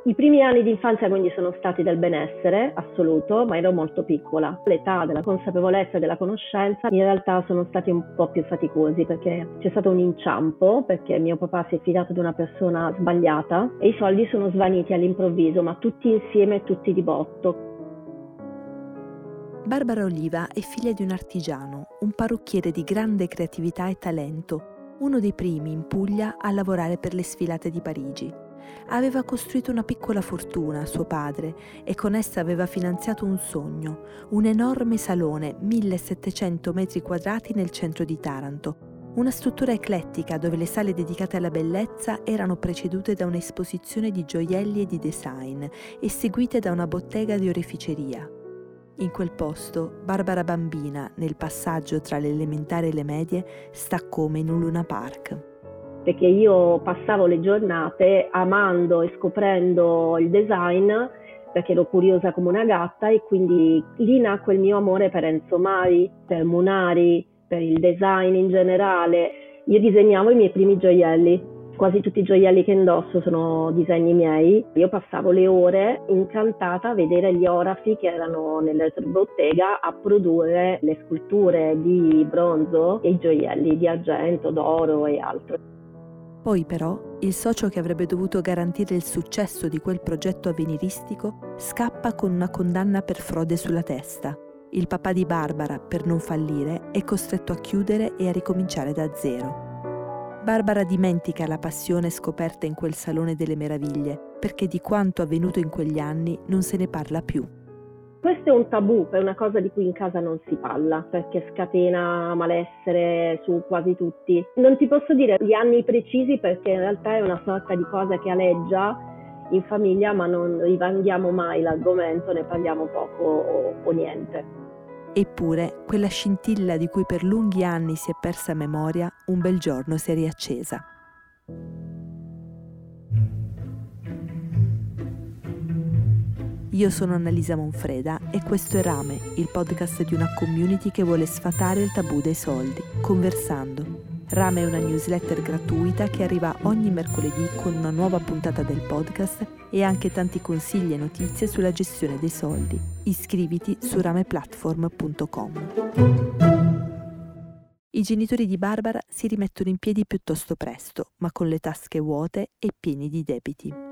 I primi anni di infanzia quindi sono stati del benessere assoluto, ma ero molto piccola. L'età della consapevolezza e della conoscenza in realtà sono stati un po' più faticosi, perché c'è stato un inciampo, perché mio papà si è fidato di una persona sbagliata e i soldi sono svaniti all'improvviso, ma tutti insieme, tutti di botto. Barbara Oliva è figlia di un artigiano, un parrucchiere di grande creatività e talento, uno dei primi in Puglia a lavorare per le sfilate di Parigi. Aveva costruito una piccola fortuna, suo padre, e con essa aveva finanziato un sogno, un enorme salone, 1700 metri quadrati nel centro di Taranto, una struttura eclettica dove le sale dedicate alla bellezza erano precedute da un'esposizione di gioielli e di design e seguite da una bottega di oreficeria. In quel posto, Barbara bambina, nel passaggio tra le elementari e le medie, sta come in un Luna Park. Perché io passavo le giornate amando e scoprendo il design, perché ero curiosa come una gatta, e quindi lì nacque il mio amore per Enzo Mari, per Munari, per il design in generale. Io disegnavo i miei primi gioielli, quasi tutti i gioielli che indosso sono disegni miei. Io passavo le ore incantata a vedere gli orafi che erano nella bottega a produrre le sculture di bronzo e i gioielli di argento, d'oro e altro. Poi però il socio che avrebbe dovuto garantire il successo di quel progetto avveniristico scappa con una condanna per frode sulla testa. Il papà di Barbara, per non fallire, è costretto a chiudere e a ricominciare da zero. Barbara dimentica la passione scoperta in quel Salone delle Meraviglie, perché di quanto avvenuto in quegli anni non se ne parla più. Questo è un tabù, è una cosa di cui in casa non si parla, perché scatena malessere su quasi tutti. Non ti posso dire gli anni precisi, perché in realtà è una sorta di cosa che aleggia in famiglia, ma non rivanghiamo mai l'argomento, ne parliamo poco o niente. Eppure, quella scintilla di cui per lunghi anni si è persa memoria, un bel giorno si è riaccesa. Io sono Annalisa Monfreda e questo è Rame, il podcast di una community che vuole sfatare il tabù dei soldi, conversando. Rame è una newsletter gratuita che arriva ogni mercoledì con una nuova puntata del podcast e anche tanti consigli e notizie sulla gestione dei soldi. Iscriviti su rameplatform.com. I genitori di Barbara si rimettono in piedi piuttosto presto, ma con le tasche vuote e pieni di debiti.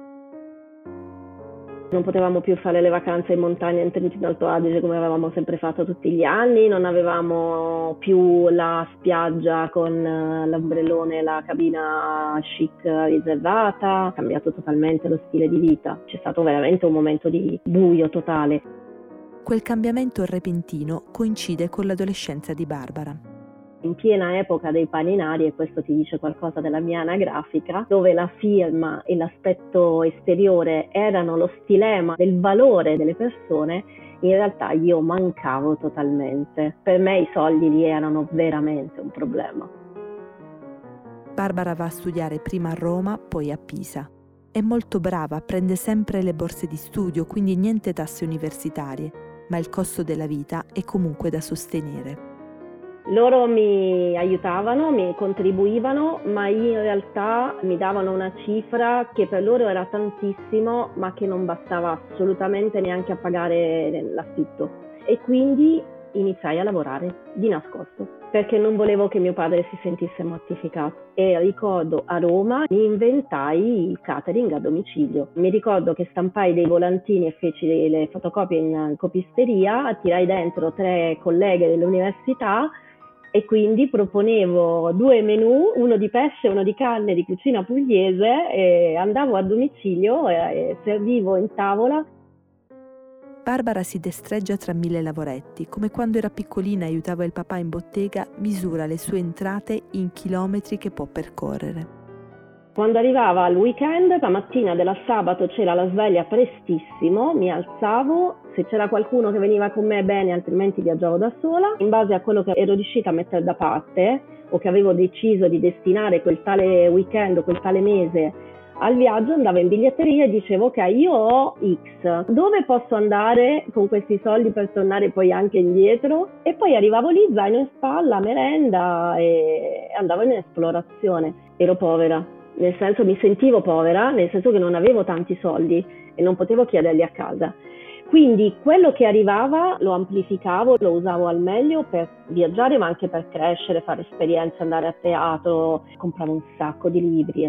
Non potevamo più fare le vacanze in montagna in Trentino Alto Adige come avevamo sempre fatto tutti gli anni, non avevamo più la spiaggia con l'ombrellone e la cabina chic riservata, ha cambiato totalmente lo stile di vita, c'è stato veramente un momento di buio totale. Quel cambiamento repentino coincide con l'adolescenza di Barbara. In piena epoca dei paninari, e questo ti dice qualcosa della mia anagrafica, dove la firma e l'aspetto esteriore erano lo stilema del valore delle persone, in realtà io mancavo totalmente. Per me i soldi lì erano veramente un problema. Barbara va a studiare prima a Roma, poi a Pisa. È molto brava, prende sempre le borse di studio, quindi niente tasse universitarie, ma il costo della vita è comunque da sostenere. Loro mi aiutavano, mi contribuivano, ma in realtà mi davano una cifra che per loro era tantissimo, ma che non bastava assolutamente neanche a pagare l'affitto. E quindi iniziai a lavorare di nascosto, perché non volevo che mio padre si sentisse mortificato. E ricordo a Roma mi inventai il catering a domicilio. Mi ricordo che stampai dei volantini e feci le fotocopie in copisteria, tirai dentro 3 colleghe dell'università e quindi proponevo 2 menù, uno di pesce e uno di carne di cucina pugliese, e andavo a domicilio e servivo in tavola. Barbara si destreggia tra 1000 lavoretti, come quando era piccolina e aiutava il papà in bottega, misura le sue entrate in chilometri che può percorrere. Quando arrivava il weekend, la mattina della sabato c'era la sveglia prestissimo, mi alzavo, se c'era qualcuno che veniva con me bene, altrimenti viaggiavo da sola. In base a quello che ero riuscita a mettere da parte o che avevo deciso di destinare quel tale weekend o quel tale mese al viaggio, andavo in biglietteria e dicevo ok, io ho X, dove posso andare con questi soldi per tornare poi anche indietro? E poi arrivavo lì, zaino in spalla, merenda, e andavo in esplorazione. Ero povera. Nel senso, mi sentivo povera, nel senso che non avevo tanti soldi e non potevo chiederli a casa. Quindi quello che arrivava lo amplificavo, lo usavo al meglio per viaggiare, ma anche per crescere, fare esperienze, andare a teatro, compravo un sacco di libri.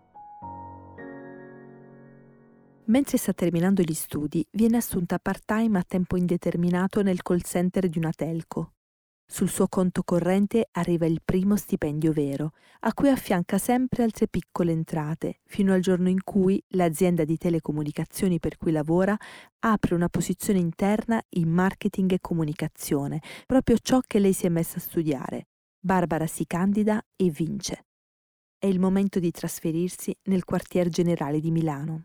Mentre sta terminando gli studi, viene assunta part-time a tempo indeterminato nel call center di una telco. Sul suo conto corrente arriva il primo stipendio vero, a cui affianca sempre altre piccole entrate, fino al giorno in cui l'azienda di telecomunicazioni per cui lavora apre una posizione interna in marketing e comunicazione, proprio ciò che lei si è messa a studiare. Barbara si candida e vince. È il momento di trasferirsi nel quartier generale di Milano.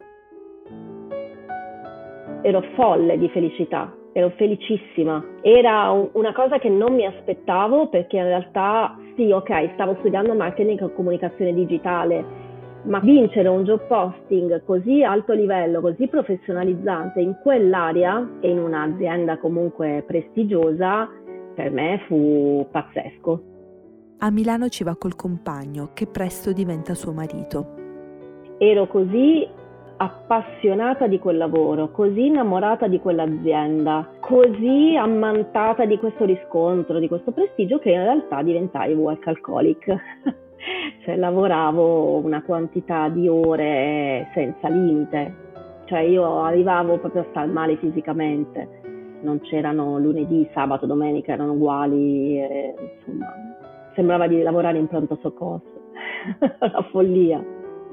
Ero folle di felicità, ero felicissima. Era una cosa che non mi aspettavo, perché in realtà sì, ok, stavo studiando marketing e comunicazione digitale, ma vincere un job posting così alto livello, così professionalizzante in quell'area e in un'azienda comunque prestigiosa, per me fu pazzesco. A Milano ci va col compagno, che presto diventa suo marito. Ero così appassionata di quel lavoro, così innamorata di quell'azienda, così ammantata di questo riscontro, di questo prestigio, che in realtà diventai workaholic. Cioè lavoravo una quantità di ore senza limite, cioè io arrivavo proprio a star male fisicamente, non c'erano lunedì, sabato, domenica, erano uguali, insomma, sembrava di lavorare in pronto soccorso, la follia.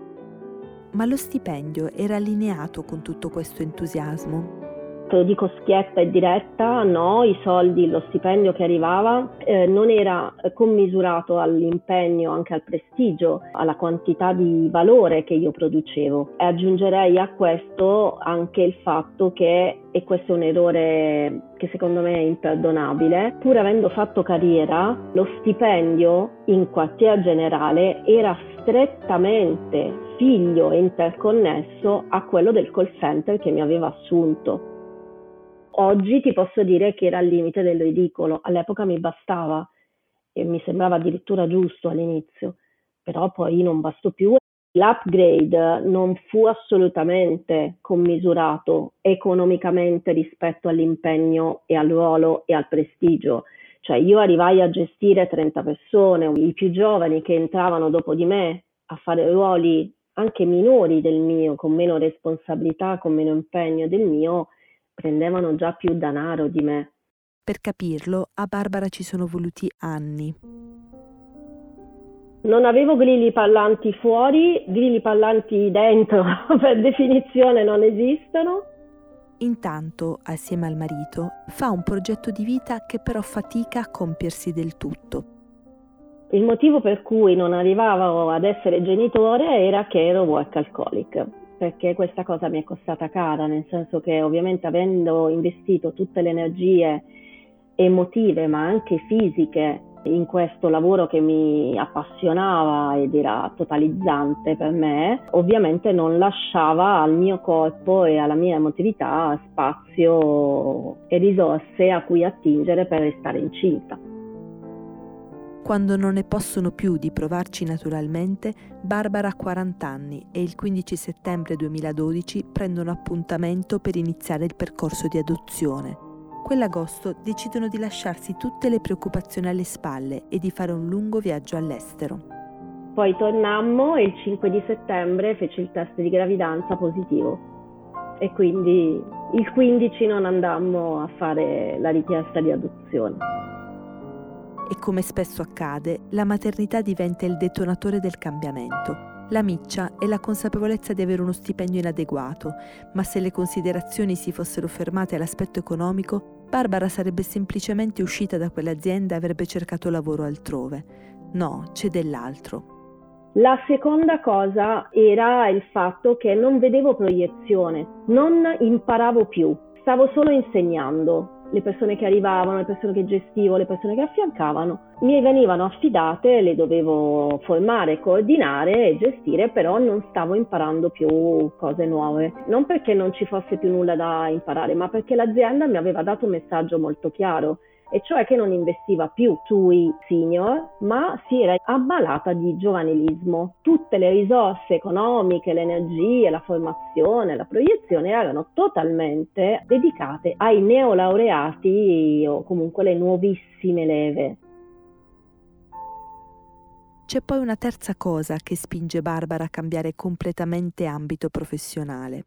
Ma lo stipendio era allineato con tutto questo entusiasmo? Te lo dico schietta e diretta, no, i soldi, lo stipendio che arrivava non era commisurato all'impegno, anche al prestigio, alla quantità di valore che io producevo. E aggiungerei a questo anche il fatto che, e questo è un errore che secondo me è imperdonabile, pur avendo fatto carriera, lo stipendio in quartier generale era strettamente figlio e interconnesso a quello del call center che mi aveva assunto. Oggi ti posso dire che era al limite del ridicolo, all'epoca mi bastava e mi sembrava addirittura giusto all'inizio, però poi non bastò più. L'upgrade non fu assolutamente commisurato economicamente rispetto all'impegno e al ruolo e al prestigio. Cioè io arrivai a gestire 30 persone, i più giovani che entravano dopo di me a fare ruoli anche minori del mio, con meno responsabilità, con meno impegno del mio, prendevano già più denaro di me. Per capirlo, a Barbara ci sono voluti anni. Non avevo grilli parlanti fuori, grilli parlanti dentro, per definizione non esistono. Intanto, assieme al marito, fa un progetto di vita che però fatica a compiersi del tutto. Il motivo per cui non arrivavo ad essere genitore era che ero workaholic, perché questa cosa mi è costata cara, nel senso che ovviamente avendo investito tutte le energie emotive ma anche fisiche in questo lavoro che mi appassionava ed era totalizzante per me, ovviamente non lasciava al mio corpo e alla mia emotività spazio e risorse a cui attingere per restare incinta. Quando non ne possono più di provarci naturalmente, Barbara ha 40 anni e il 15 settembre 2012 prendono appuntamento per iniziare il percorso di adozione. Quell'agosto decidono di lasciarsi tutte le preoccupazioni alle spalle e di fare un lungo viaggio all'estero. Poi tornammo e il 5 di settembre feci il test di gravidanza positivo e quindi il 15 non andammo a fare la richiesta di adozione. E come spesso accade, la maternità diventa il detonatore del cambiamento. La miccia è la consapevolezza di avere uno stipendio inadeguato, ma se le considerazioni si fossero fermate all'aspetto economico, Barbara sarebbe semplicemente uscita da quell'azienda e avrebbe cercato lavoro altrove. No, c'è dell'altro. La seconda cosa era il fatto che non vedevo proiezione, non imparavo più, stavo solo insegnando. Le persone che arrivavano, le persone che gestivo, le persone che affiancavano, mi venivano affidate, le dovevo formare, coordinare e gestire, però non stavo imparando più cose nuove. Non perché non ci fosse più nulla da imparare, ma perché l'azienda mi aveva dato un messaggio molto chiaro. e cioè che non investiva più sui senior, ma si era ammalata di giovanilismo. Tutte le risorse economiche, le energie, la formazione, la proiezione erano totalmente dedicate ai neolaureati o comunque le nuovissime leve. C'è poi una terza cosa che spinge Barbara a cambiare completamente ambito professionale.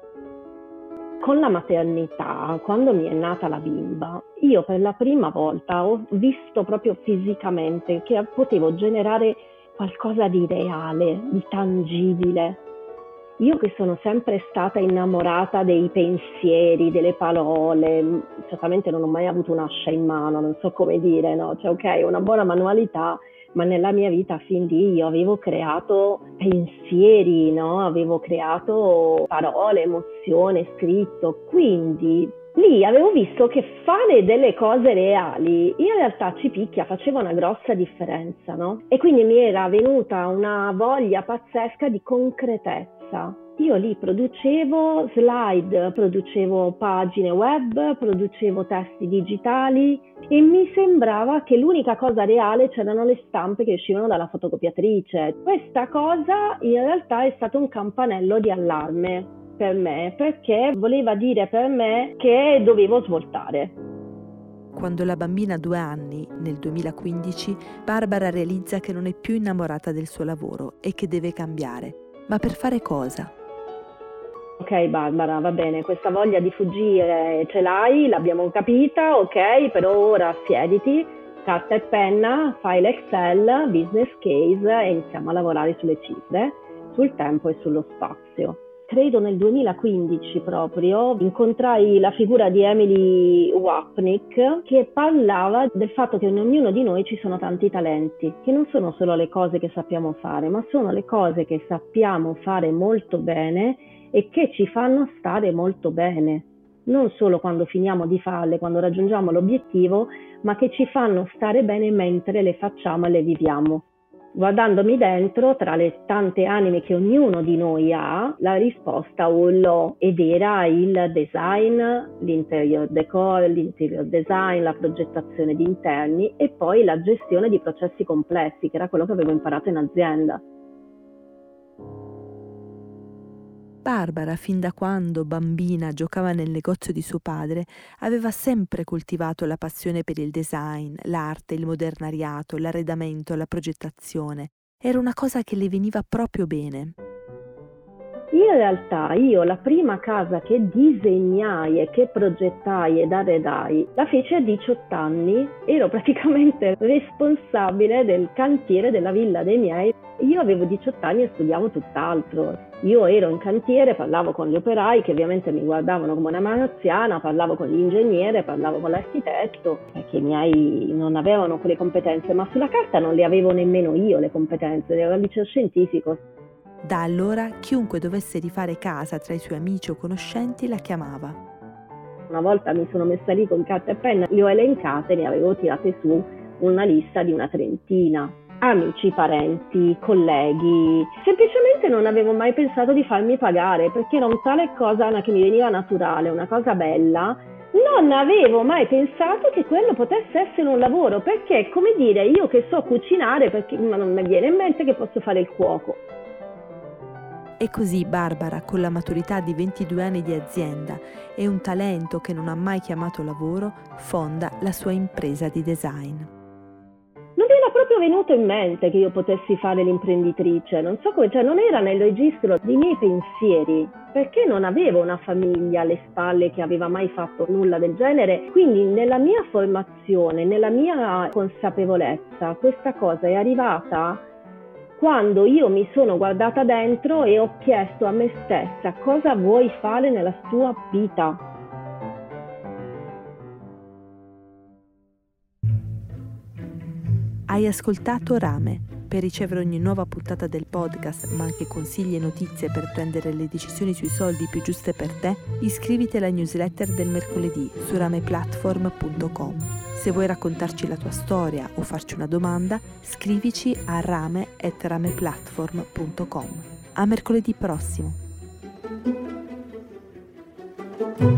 Con la maternità, quando mi è nata la bimba, io per la prima volta ho visto proprio fisicamente che potevo generare qualcosa di reale, di tangibile. Io che sono sempre stata innamorata dei pensieri, delle parole, certamente non ho mai avuto un'ascia in mano, non so come dire, no? Cioè, ok, una buona manualità, ma nella mia vita fin lì io avevo creato pensieri, no? Avevo creato parole, emozione, scritto, quindi lì avevo visto che fare delle cose reali in realtà ci picchia, faceva una grossa differenza, no? E quindi mi era venuta una voglia pazzesca di concretezza. Io lì producevo slide, producevo pagine web, producevo testi digitali e mi sembrava che l'unica cosa reale c'erano le stampe che uscivano dalla fotocopiatrice. Questa cosa in realtà è stato un campanello di allarme per me, perché voleva dire per me che dovevo svoltare. Quando la bambina ha 2 anni, nel 2015, Barbara realizza che non è più innamorata del suo lavoro e che deve cambiare. Ma per fare cosa? Ok Barbara, va bene, questa voglia di fuggire ce l'hai, l'abbiamo capita, ok, però ora siediti, carta e penna, file Excel, business case e iniziamo a lavorare sulle cifre, sul tempo e sullo spazio. Credo nel 2015 proprio incontrai la figura di Emily Wapnick che parlava del fatto che in ognuno di noi ci sono tanti talenti, che non sono solo le cose che sappiamo fare, ma sono le cose che sappiamo fare molto bene e che ci fanno stare molto bene, non solo quando finiamo di farle, quando raggiungiamo l'obiettivo, ma che ci fanno stare bene mentre le facciamo e le viviamo. Guardandomi dentro, tra le tante anime che ognuno di noi ha, la risposta urlò ed era il design, l'interior decor, l'interior design, la progettazione di interni e poi la gestione di processi complessi, che era quello che avevo imparato in azienda. Barbara, fin da quando, bambina, giocava nel negozio di suo padre, aveva sempre coltivato la passione per il design, l'arte, il modernariato, l'arredamento, la progettazione. Era una cosa che le veniva proprio bene. In realtà io la prima casa che disegnai e che progettai ed arredai la feci a 18 anni, ero praticamente responsabile del cantiere della villa dei miei. Io avevo 18 anni e studiavo tutt'altro. Io ero in cantiere, parlavo con gli operai che ovviamente mi guardavano come una mano anziana, parlavo con l'ingegnere, parlavo con l'architetto, perché i miei non avevano quelle competenze, ma sulla carta non le avevo nemmeno io le competenze, ero al liceo scientifico. Da allora chiunque dovesse rifare casa tra i suoi amici o conoscenti la chiamava. Una volta mi sono messa lì con carta e penna, le ho elencate, ne avevo tirate su una lista di una trentina. Amici, parenti, colleghi. Semplicemente non avevo mai pensato di farmi pagare perché era un tale cosa che mi veniva naturale, una cosa bella. Non avevo mai pensato che quello potesse essere un lavoro, perché come dire, io che so cucinare, perché ma non mi viene in mente che posso fare il cuoco. E così Barbara, con la maturità di 22 anni di azienda e un talento che non ha mai chiamato lavoro, fonda la sua impresa di design. Non mi era proprio venuto in mente che io potessi fare l'imprenditrice, non so come, cioè non era nel registro dei miei pensieri, perché non avevo una famiglia alle spalle che aveva mai fatto nulla del genere, quindi nella mia formazione, nella mia consapevolezza, questa cosa è arrivata quando io mi sono guardata dentro e ho chiesto a me stessa cosa vuoi fare nella tua vita. Hai ascoltato Rame. Per ricevere ogni nuova puntata del podcast, ma anche consigli e notizie per prendere le decisioni sui soldi più giuste per te, iscriviti alla newsletter del mercoledì su rameplatform.com. Se vuoi raccontarci la tua storia o farci una domanda, scrivici a rame@rameplatform.com. A mercoledì prossimo!